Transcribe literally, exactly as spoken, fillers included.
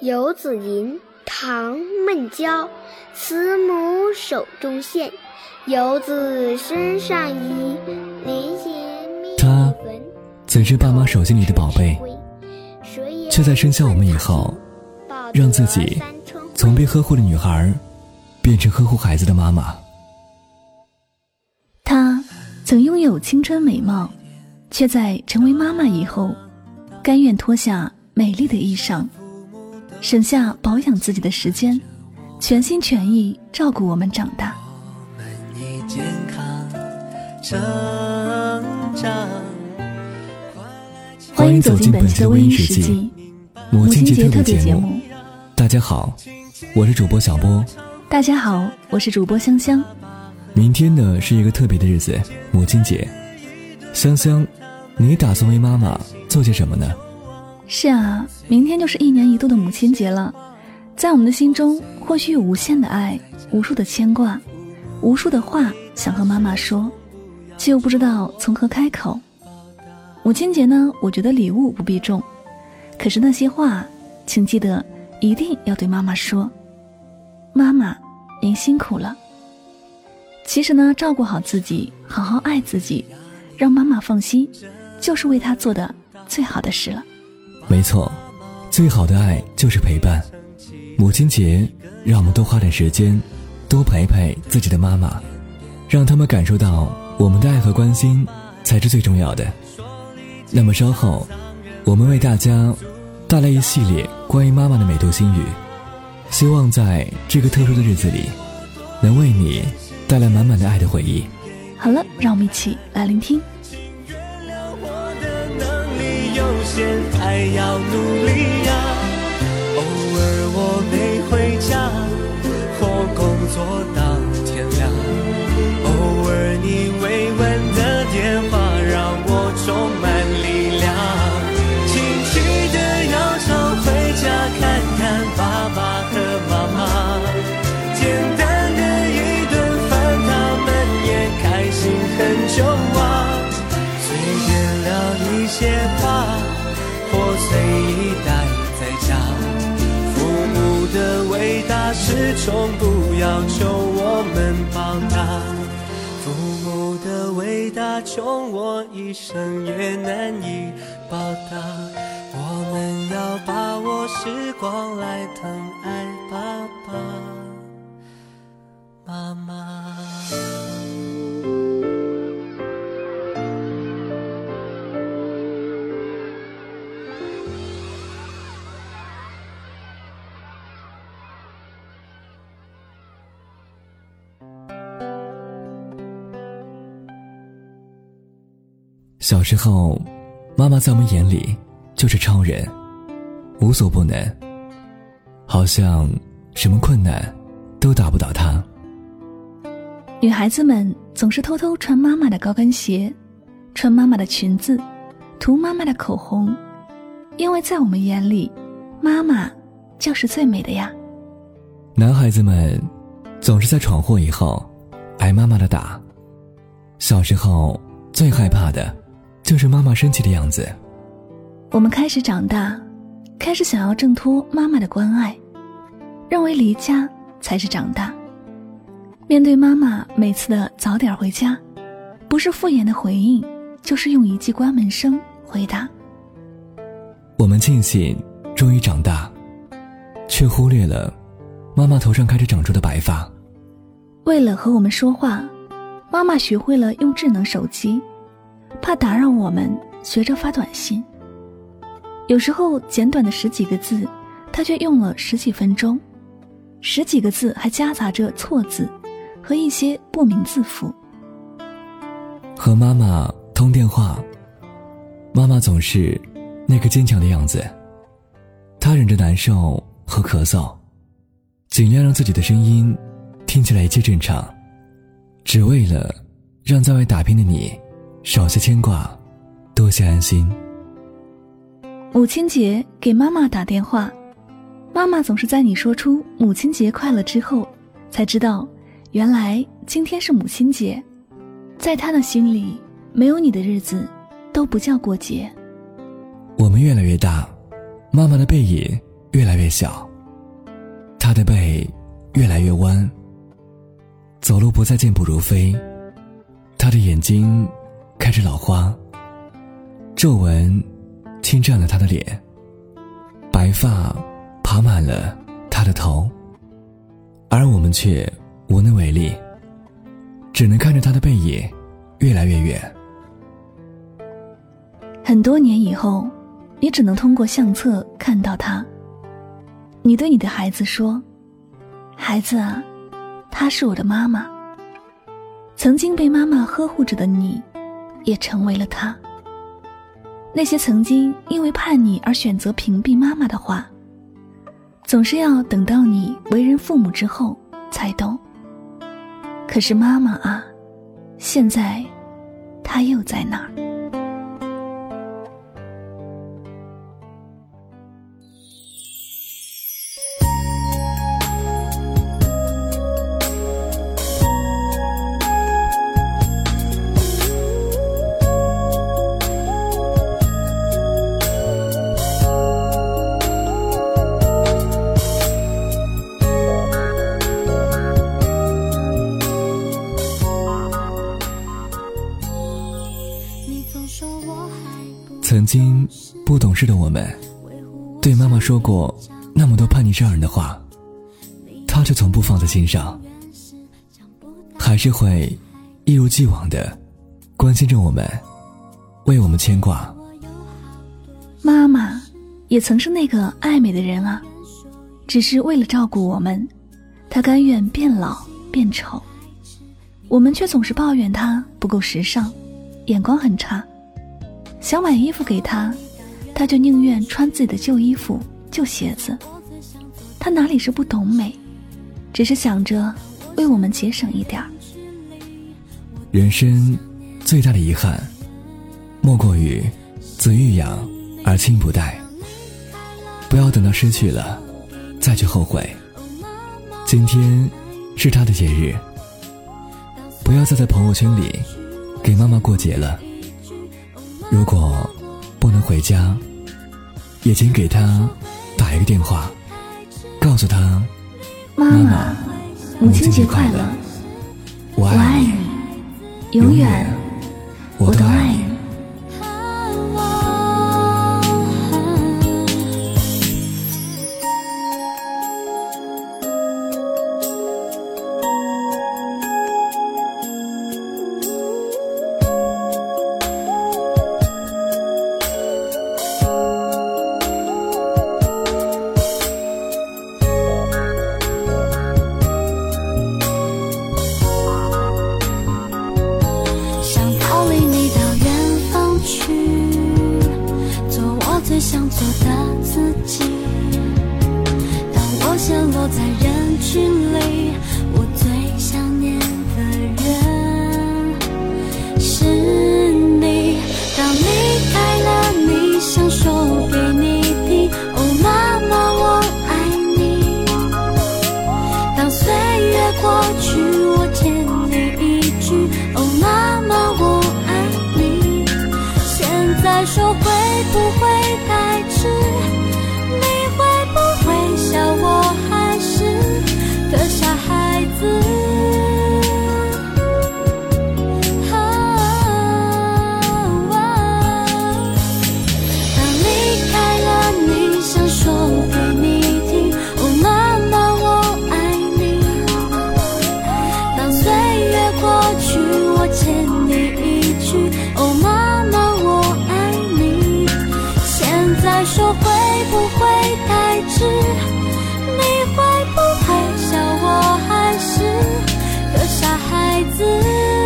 游子吟，唐·孟郊。慈母手中线，游子身上衣。连鞋密他怎是爸妈手心里的宝贝，却在生下我们以后，让自己从被呵护的女孩变成呵护孩子的妈妈。 她曾拥有青春美貌，却在成为妈妈以后，甘愿脱下美丽的衣裳，省下保养自己的时间，全心全意照顾我们长大。 我们已健康成长。 欢迎走进本期的微音时记母亲节特别节目。 节目大家好，我是主播小波。 大家好，我是主播香香。 明天呢是一个特别的日子，母亲节。香香，你打算为妈妈做些什么呢？ 是啊，明天就是一年一度的母亲节了。在我们的心中，或许有无限的爱，无数的牵挂，无数的话想和妈妈说，却又不知道从何开口。母亲节呢，我觉得礼物不必重，可是那些话，请记得一定要对妈妈说。妈妈，您辛苦了。其实呢，照顾好自己，好好爱自己，让妈妈放心，就是为她做的最好的事了。 没错，最好的爱就是陪伴。母亲节，让我们多花点时间，多陪陪自己的妈妈，让他们感受到我们的爱和关心才是最重要的。那么稍后，我们为大家带来一系列关于妈妈的美读心语，希望在这个特殊的日子里，能为你带来满满的爱的回忆。 好了，让我们一起来聆听。 还要努力呀，偶尔我没回家，或工作到天亮，偶尔你慰问的电话让我充满力量，亲戚的要常回家看看爸爸和妈妈，简单的一顿饭他们也开心很久啊，随便聊一些话或随意待在家，父母的伟大始终不要求我们报答，父母的伟大穷我一生也难以报答，我们要把握时光来疼爱爸爸妈妈。 小时候，妈妈在我们眼里就是超人，无所不能，好像什么困难都打不倒她。 女孩子们总是偷偷穿妈妈的高跟鞋，穿妈妈的裙子，涂妈妈的口红，因为在我们眼里，妈妈就是最美的呀。 男孩子们总是在闯祸以后挨妈妈的打，小时候最害怕的就是妈妈生气的样子。 我们开始长大，开始想要挣脱妈妈的关爱，认为离家才是长大。面对妈妈每次的早点回家，不是敷衍的回应，就是用一记关门声回答。 我们庆幸终于长大，却忽略了妈妈头上开始长出的白发。 为了和我们说话，妈妈学会了用智能手机，怕打扰我们，学着发短信。有时候简短的十几个字，她却用了十几分钟，十几个字还夹杂着错字和一些不明字符。 和妈妈通电话，妈妈总是那个坚强的样子，她忍着难受和咳嗽，尽量让自己的声音听起来一切正常，只为了让在外打拼的你少些牵挂，多些安心。 母亲节给妈妈打电话，妈妈总是在你说出母亲节快乐之后，才知道原来今天是母亲节。在她的心里，没有你的日子都不叫过节。 我们越来越大，妈妈的背影越来越小，她的背越来越弯，走路不再健步如飞，她的眼睛开始老花，皱纹侵占了她的脸，白发爬满了她的头，而我们却无能为力，只能看着她的背影越来越远。 很多年以后，你只能通过相册看到她。你对你的孩子说，孩子啊，她是我的妈妈。曾经被妈妈呵护着的你，也成为了她。那些曾经因为叛逆而选择屏蔽妈妈的话，总是要等到你为人父母之后才懂。可是妈妈啊，现在她又在哪儿？ 曾经不懂事的我们，对妈妈说过那么多叛逆伤人的话，她却从不放在心上，还是会一如既往地关心着我们，为我们牵挂。 妈妈也曾是那个爱美的人啊，只是为了照顾我们，她甘愿变老变丑，我们却总是抱怨她不够时尚，眼光很差。想买衣服给她，她就宁愿穿自己的旧衣服旧鞋子。她哪里是不懂美，只是想着为我们节省一点。 人生最大的遗憾，莫过于子欲养而亲不待。不要等到失去了再去后悔。今天是她的节日，不要再在朋友圈里给妈妈过节了。如果不能回家，也请给她打一个电话，告诉她妈妈母亲节快乐， 我爱你， 我爱你，永远我都爱你。 最想做的自己，当我陷落在人群里，我最想念的人是你。当离开了，你想说给你听，哦妈妈我爱你。当岁月过去，我欠你一句，哦妈妈我爱你。现在说会不会太迟，你会不会笑我还是个傻孩子？啊啊、当离开了，你想说给你听，哦妈妈我爱你。当岁月过去，我欠你一句，哦妈妈我爱你。现在说会不会太迟，你会不会笑我还是个傻孩子？